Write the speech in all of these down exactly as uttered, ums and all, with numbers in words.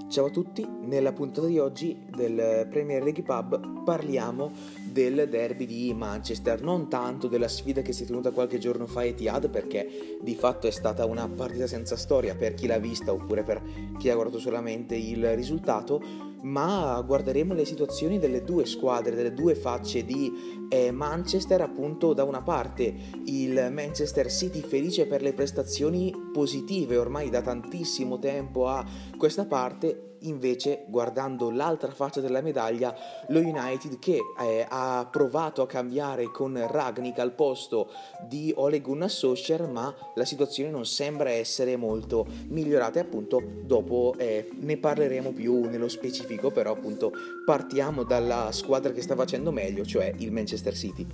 Ciao a tutti, nella puntata di oggi del Premier League Pub parliamo del derby di Manchester, non tanto della sfida che si è tenuta qualche giorno fa a Etihad, perché di fatto è stata una partita senza storia per chi l'ha vista oppure per chi ha guardato solamente il risultato, ma guarderemo le situazioni delle due squadre, delle due facce di eh, Manchester. Appunto, da una parte il Manchester City felice per le prestazioni positive ormai da tantissimo tempo a questa parte, invece guardando l'altra faccia della medaglia lo United che eh, ha provato a cambiare con Rangnick al posto di Ole Gunnar Solskjaer, ma la situazione non sembra essere molto migliorata e appunto dopo eh, ne parleremo più nello specifico, però appunto partiamo dalla squadra che sta facendo meglio, cioè il Manchester City.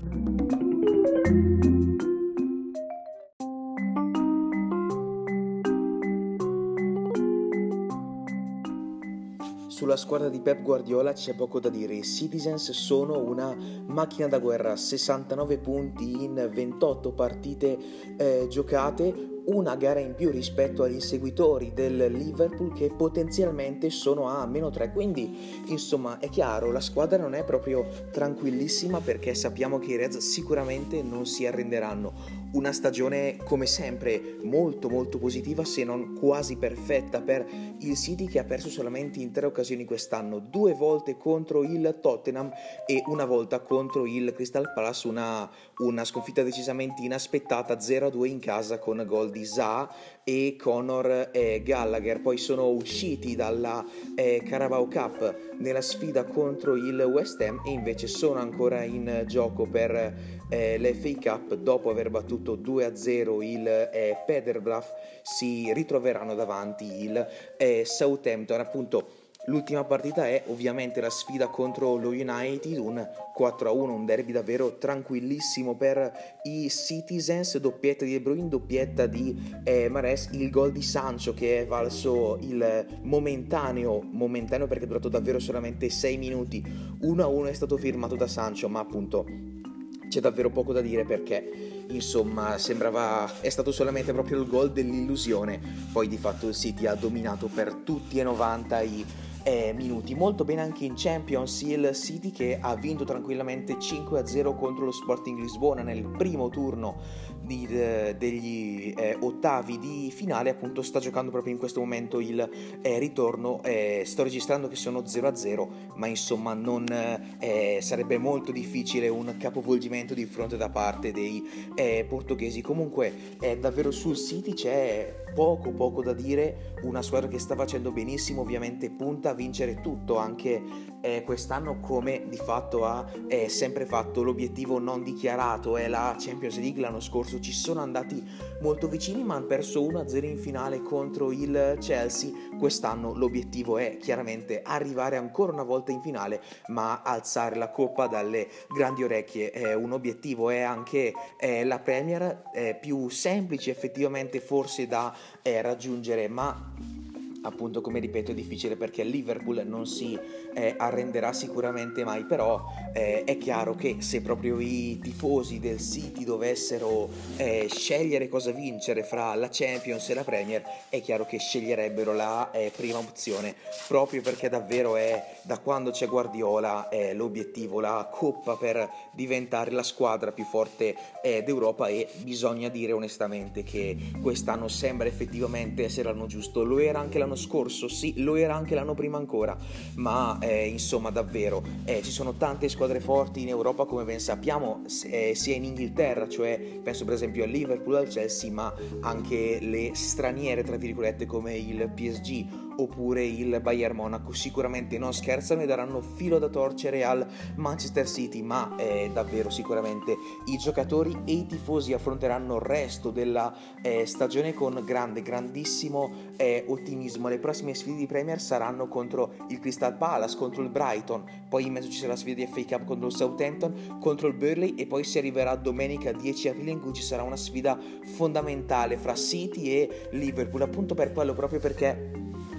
Sulla squadra di Pep Guardiola c'è poco da dire, i Citizens sono una macchina da guerra, sessantanove punti in ventotto partite eh, giocate, una gara in più rispetto agli inseguitori del Liverpool che potenzialmente sono a meno tre, quindi insomma è chiaro, la squadra non è proprio tranquillissima perché sappiamo che i Reds sicuramente non si arrenderanno. Una stagione come sempre molto molto positiva, se non quasi perfetta per il City, che ha perso solamente in tre occasioni quest'anno, due volte contro il Tottenham e una volta contro il Crystal Palace, una, una sconfitta decisamente inaspettata, zero a due in casa con gol di Zaha e Conor eh, Gallagher. Poi sono usciti dalla eh, Carabao Cup nella sfida contro il West Ham e invece sono ancora in gioco per eh, l'F A Cup. Dopo aver battuto due a zero il eh, Peterborough si ritroveranno davanti il eh, Southampton. Appunto l'ultima partita è ovviamente la sfida contro lo United, un quattro a uno, un derby davvero tranquillissimo per i Citizens, doppietta di De Bruyne, doppietta di eh, Mahrez, il gol di Sancho che è valso il momentaneo, momentaneo perché è durato davvero solamente sei minuti, uno a uno è stato firmato da Sancho, ma appunto c'è davvero poco da dire perché insomma sembrava, è stato solamente proprio il gol dell'illusione, poi di fatto il City ha dominato per tutti e novanta i eh, minuti. Molto bene anche in Champions il City, che ha vinto tranquillamente cinque a zero contro lo Sporting Lisbona nel primo turno di, de, degli eh, ottavi di finale. Appunto sta giocando proprio in questo momento il eh, ritorno, eh, sto registrando che sono zero a zero, ma insomma non eh, sarebbe molto difficile un capovolgimento di fronte da parte dei eh, portoghesi. Comunque eh, davvero sul City c'è poco poco da dire, una squadra che sta facendo benissimo, ovviamente punta a vincere tutto anche eh, quest'anno, come di fatto ha eh, sempre fatto. L'obiettivo non dichiarato è la Champions League, l'anno scorso ci sono andati molto vicini ma hanno perso uno a zero in finale contro il Chelsea. Quest'anno l'obiettivo è chiaramente arrivare ancora una volta in finale, ma alzare la coppa dalle grandi orecchie. Eh, un obiettivo è anche eh, la Premier, eh, più semplice effettivamente forse da eh, raggiungere, ma appunto, come ripeto, è difficile perché il Liverpool non si eh, arrenderà sicuramente mai. Però eh, è chiaro che se proprio i tifosi del City dovessero eh, scegliere cosa vincere fra la Champions e la Premier, è chiaro che sceglierebbero la eh, prima opzione, proprio perché davvero è, da quando c'è Guardiola, è l'obiettivo, la coppa per diventare la squadra più forte eh, d'Europa, e bisogna dire onestamente che quest'anno sembra effettivamente essere l'anno giusto. Lo era anche l'anno scorso, sì, lo era anche l'anno prima ancora, ma eh, insomma davvero eh, ci sono tante squadre forti in Europa, come ben sappiamo, eh, sia in Inghilterra, cioè penso per esempio al Liverpool, al Chelsea, ma anche le straniere tra virgolette come il P S G oppure il Bayern Monaco sicuramente non scherzano e daranno filo da torcere al Manchester City. Ma eh, davvero sicuramente i giocatori e i tifosi affronteranno il resto della eh, stagione con grande, grandissimo eh, ottimismo. Le prossime sfide di Premier saranno contro il Crystal Palace, contro il Brighton, poi in mezzo ci sarà la sfida di F A Cup contro il Southampton, contro il Burnley, e poi si arriverà domenica dieci aprile in cui ci sarà una sfida fondamentale fra City e Liverpool, appunto per quello, proprio perché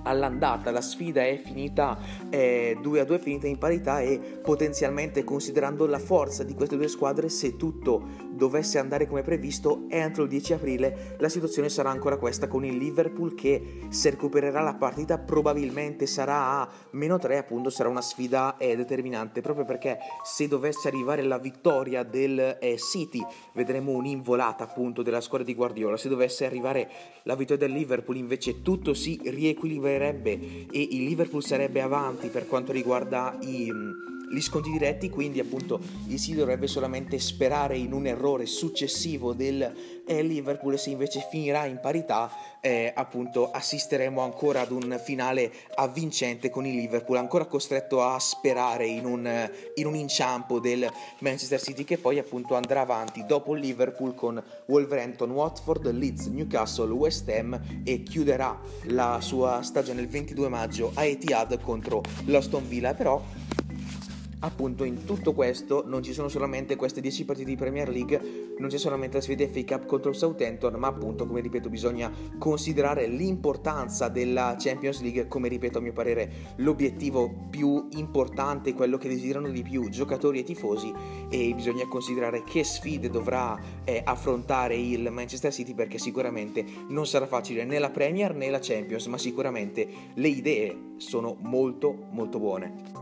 all'andata la sfida è finita eh, due a due, è finita in parità, e potenzialmente, considerando la forza di queste due squadre, se tutto dovesse andare come previsto, entro il dieci aprile la situazione sarà ancora questa, con il Liverpool che, se recupererà la partita, probabilmente sarà a meno tre. Appunto sarà una sfida eh, determinante, proprio perché se dovesse arrivare la vittoria del eh, City vedremo un'involata appunto della squadra di Guardiola. Se dovesse arrivare la vittoria del Liverpool invece tutto si riequilibrerebbe e il Liverpool sarebbe avanti per quanto riguarda i, gli sconti diretti, quindi appunto si dovrebbe solamente sperare in un errore successivo del eh, Liverpool, e se invece finirà in parità eh, appunto assisteremo ancora ad un finale avvincente con il Liverpool ancora costretto a sperare in un, in un inciampo del Manchester City, che poi appunto andrà avanti dopo il Liverpool con Wolverhampton, Watford, Leeds, Newcastle, West Ham, e chiuderà la sua stagione il ventidue maggio a Etihad contro l'Aston Villa. Però appunto in tutto questo non ci sono solamente queste dieci partite di Premier League, non c'è solamente la sfida F A Cup contro il Southampton, ma appunto, come ripeto, bisogna considerare l'importanza della Champions League, come ripeto a mio parere l'obiettivo più importante, quello che desiderano di più giocatori e tifosi, e bisogna considerare che sfide dovrà eh, affrontare il Manchester City, perché sicuramente non sarà facile né la Premier né la Champions, ma sicuramente le idee sono molto molto buone.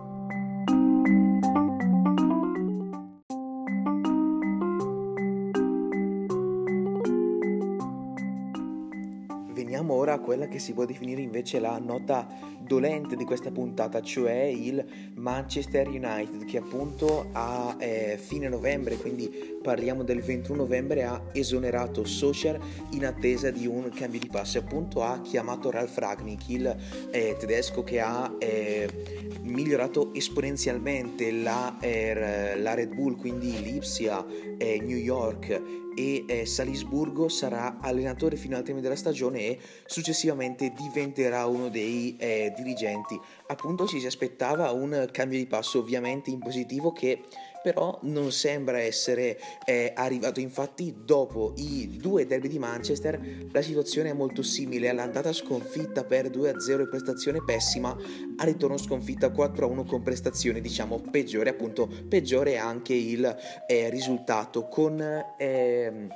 Veniamo ora a quella che si può definire invece la nota dolente di questa puntata, cioè il Manchester United, che appunto a eh, fine novembre, quindi parliamo del ventuno novembre, ha esonerato Solskjaer in attesa di un cambio di passo. Appunto ha chiamato Ralf Rangnick, il eh, tedesco che ha eh, migliorato esponenzialmente la, eh, la Red Bull, quindi Lipsia, eh, New York e eh, Salisburgo. Sarà allenatore fino al termine della stagione e successivamente diventerà uno dei eh, dirigenti. Appunto ci si aspettava un cambio di passo ovviamente in positivo, che però non sembra essere eh, arrivato. Infatti dopo i due derby di Manchester la situazione è molto simile: all'andata sconfitta per due a zero e prestazione pessima, al ritorno sconfitta quattro a uno con prestazione diciamo peggiore. Appunto peggiore anche il eh, risultato con eh,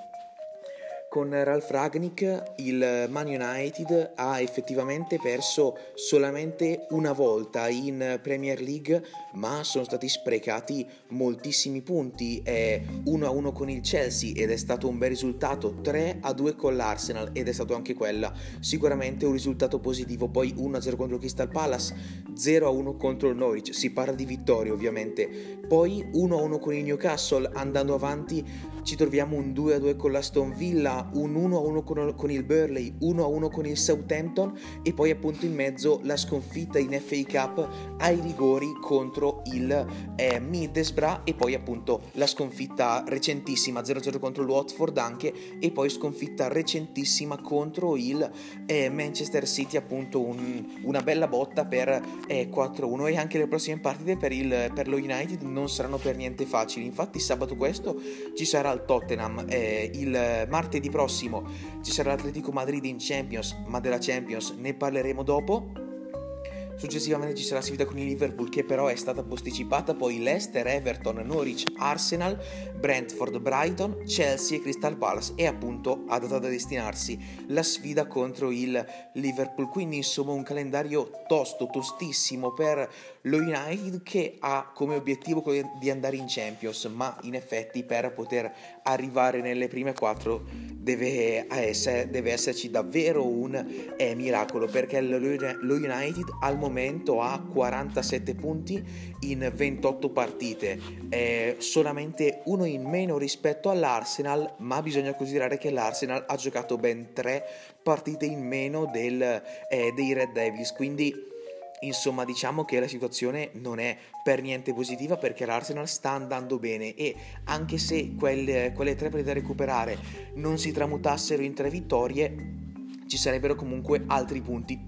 Con Ralf Rangnick il Man United ha effettivamente perso solamente una volta in Premier League, ma sono stati sprecati moltissimi punti. È uno a uno con il Chelsea ed è stato un bel risultato, tre a due con l'Arsenal ed è stato anche quella sicuramente un risultato positivo. Poi uno a zero contro il Crystal Palace, zero a uno contro il Norwich, si parla di vittorie ovviamente. Poi uno a uno con il Newcastle, andando avanti ci troviamo un due a due con l'Aston Villa, un uno a uno con, con il Burnley, uno a uno con il Southampton, e poi appunto in mezzo la sconfitta in F A Cup ai rigori contro il eh, Middlesbrough, e poi appunto la sconfitta recentissima zero a zero contro il Watford anche, e poi sconfitta recentissima contro il eh, Manchester City, appunto un, una bella botta per eh, quattro a uno. E anche le prossime partite per, il, per lo United non saranno per niente facili. Infatti sabato questo ci sarà il Tottenham, eh, il martedì prossimo ci sarà l'Atletico Madrid in Champions, ma della Champions ne parleremo dopo. Successivamente ci sarà la sfida con il Liverpool, che però è stata posticipata, poi Leicester, Everton, Norwich, Arsenal, Brentford, Brighton, Chelsea e Crystal Palace, e appunto ha data da destinarsi la sfida contro il Liverpool. Quindi insomma un calendario tosto, tostissimo per lo United, che ha come obiettivo quello di andare in Champions, ma in effetti per poter arrivare nelle prime quattro deve, essere, deve esserci davvero un eh, miracolo, perché lo United al momento ha quarantasette punti in ventotto partite, è solamente uno in meno rispetto all'Arsenal, ma bisogna considerare che l'Arsenal ha giocato ben tre partite in meno del, eh, dei Red Devils. Quindi insomma diciamo che la situazione non è per niente positiva, perché l'Arsenal sta andando bene, e anche se quelle, quelle tre partite da recuperare non si tramutassero in tre vittorie, ci sarebbero comunque altri punti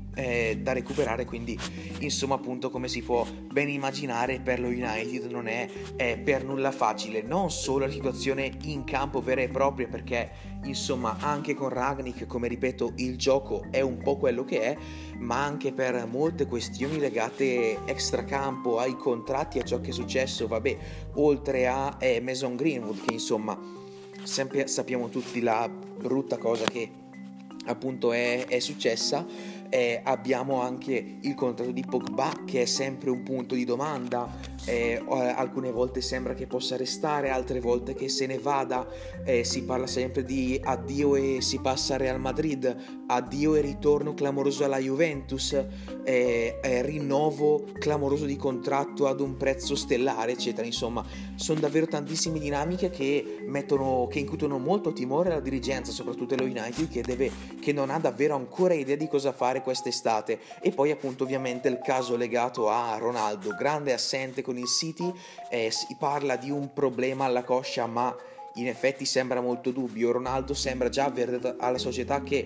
eh, da recuperare, quindi insomma appunto come si può ben immaginare per lo United non è, è per nulla facile, non solo la situazione in campo vera e propria, perché insomma anche con Rangnick, come ripeto, il gioco è un po' quello che è, ma anche per molte questioni legate extracampo, ai contratti, a ciò che è successo, vabbè, oltre a eh, Mason Greenwood, che insomma sempre sappiamo tutti la brutta cosa che appunto è, è successa. Eh, abbiamo anche il contratto di Pogba, che è sempre un punto di domanda, eh, alcune volte sembra che possa restare, altre volte che se ne vada, eh, si parla sempre di addio e si passa al Real Madrid, addio e ritorno clamoroso alla Juventus, eh, eh, rinnovo clamoroso di contratto ad un prezzo stellare, eccetera. Insomma, sono davvero tantissime dinamiche che mettono, che incutono molto timore alla dirigenza, soprattutto lo United, che deve, che non ha davvero ancora idea di cosa fare quest'estate. E poi appunto ovviamente il caso legato a Ronaldo, grande assente con il City, eh, si parla di un problema alla coscia, ma in effetti sembra molto dubbio. Ronaldo sembra già aver detto alla società che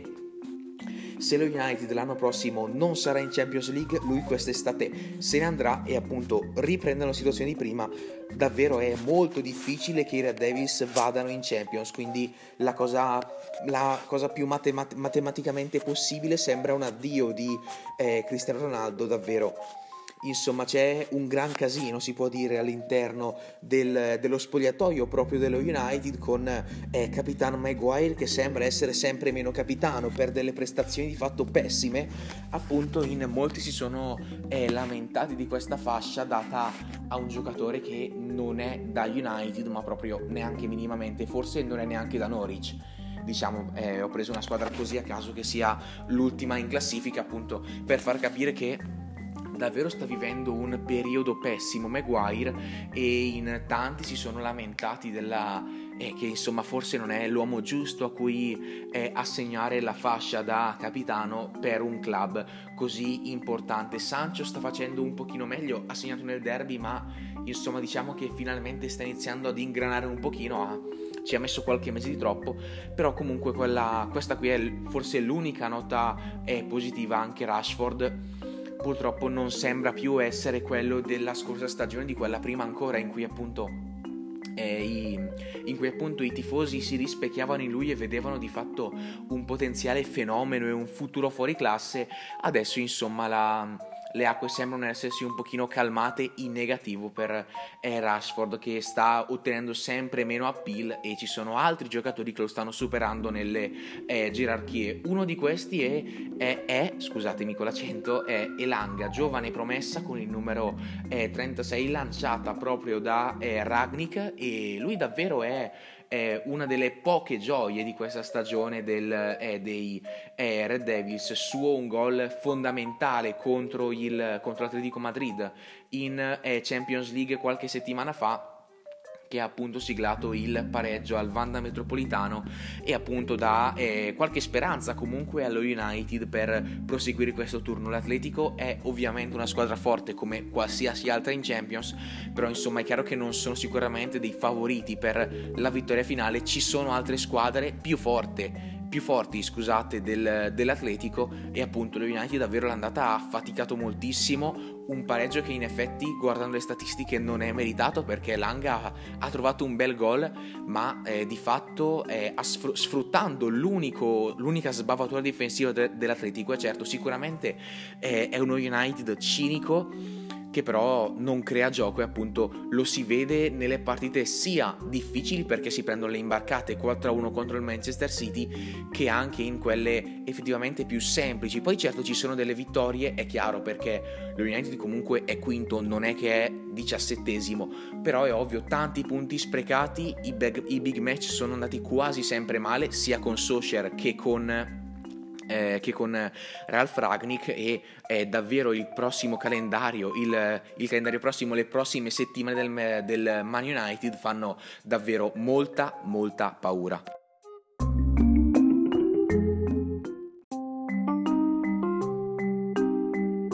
se lo United l'anno prossimo non sarà in Champions League, lui quest'estate se ne andrà e appunto riprende la situazione di prima. Davvero è molto difficile che i Red Devils vadano in Champions, quindi la cosa, la cosa più matemat- matematicamente possibile sembra un addio di eh, Cristiano Ronaldo, davvero. Insomma, c'è un gran casino, si può dire, all'interno del, dello spogliatoio proprio dello United, con eh, capitano Maguire che sembra essere sempre meno capitano per delle prestazioni di fatto pessime. Appunto, in molti si sono eh, lamentati di questa fascia data a un giocatore che non è da United, ma proprio neanche minimamente, forse non è neanche da Norwich. Diciamo, eh, ho preso una squadra così a caso che sia l'ultima in classifica, appunto per far capire che davvero sta vivendo un periodo pessimo Maguire, e in tanti si sono lamentati della eh, che insomma forse non è l'uomo giusto a cui eh, assegnare la fascia da capitano per un club così importante. Sancho sta facendo un pochino meglio, ha segnato nel derby, ma insomma diciamo che finalmente sta iniziando ad ingranare un pochino, a ci ha messo qualche mese di troppo, però comunque quella, questa qui è forse l'unica nota eh, positiva. Anche Rashford purtroppo non sembra più essere quello della scorsa stagione, di quella prima ancora, in cui appunto eh, i, in cui appunto i tifosi si rispecchiavano in lui e vedevano di fatto un potenziale fenomeno e un futuro fuori classe. Adesso insomma la le acque sembrano essersi un pochino calmate in negativo per eh, Rashford, che sta ottenendo sempre meno appeal, e ci sono altri giocatori che lo stanno superando nelle eh, gerarchie. Uno di questi è, è, è scusatemi con l'accento, è Elanga, giovane promessa con il numero eh, trentasei, lanciata proprio da eh, Rangnick, e lui davvero è è una delle poche gioie di questa stagione del, eh, dei eh, Red Devils. Suo un gol fondamentale contro il contro l'Atletico Madrid in eh, Champions League qualche settimana fa, che ha appunto siglato il pareggio al Wanda Metropolitano, e appunto dà eh, qualche speranza comunque allo United per proseguire questo turno. L'Atletico è ovviamente una squadra forte come qualsiasi altra in Champions, però insomma è chiaro che non sono sicuramente dei favoriti per la vittoria finale. Ci sono altre squadre più forti più forti scusate del, dell'Atletico, e appunto lo United davvero l'andata ha faticato moltissimo, un pareggio che in effetti, guardando le statistiche, non è meritato, perché Langa ha, ha trovato un bel gol, ma eh, di fatto eh, sfruttando l'unico, l'unica sbavatura difensiva de, dell'Atletico. E certo, sicuramente eh, è uno United cinico che però non crea gioco, e appunto lo si vede nelle partite sia difficili, perché si prendono le imbarcate quattro a uno contro il Manchester City, che anche in quelle effettivamente più semplici. Poi certo ci sono delle vittorie, è chiaro, perché lo United comunque è quinto, non è che è diciassettesimo, però è ovvio, tanti punti sprecati, i big, i big match sono andati quasi sempre male, sia con Solskjaer che con Eh, che con Ralf Rangnick, e è davvero il prossimo calendario il, il calendario prossimo, le prossime settimane del, del Man United fanno davvero molta molta paura.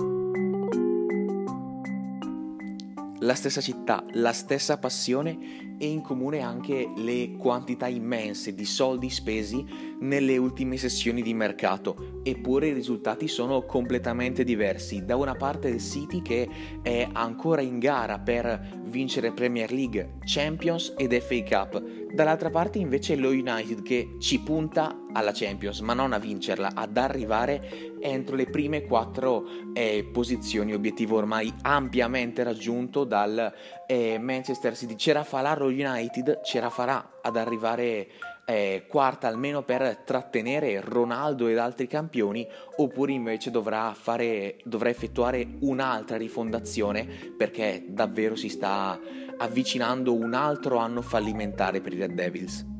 La stessa città, la stessa passione e in comune anche le quantità immense di soldi spesi nelle ultime sessioni di mercato, eppure i risultati sono completamente diversi. Da una parte il City che è ancora in gara per vincere Premier League, Champions ed F A Cup, dall'altra parte invece lo United che ci punta alla Champions, ma non a vincerla, ad arrivare entro le prime quattro eh, posizioni, obiettivo ormai ampiamente raggiunto dal eh, Manchester City. Ce la farà lo United, ce la farà ad arrivare eh, quarta almeno per trattenere Ronaldo ed altri campioni, oppure invece dovrà fare dovrà effettuare un'altra rifondazione, perché davvero si sta avvicinando un altro anno fallimentare per i Red Devils.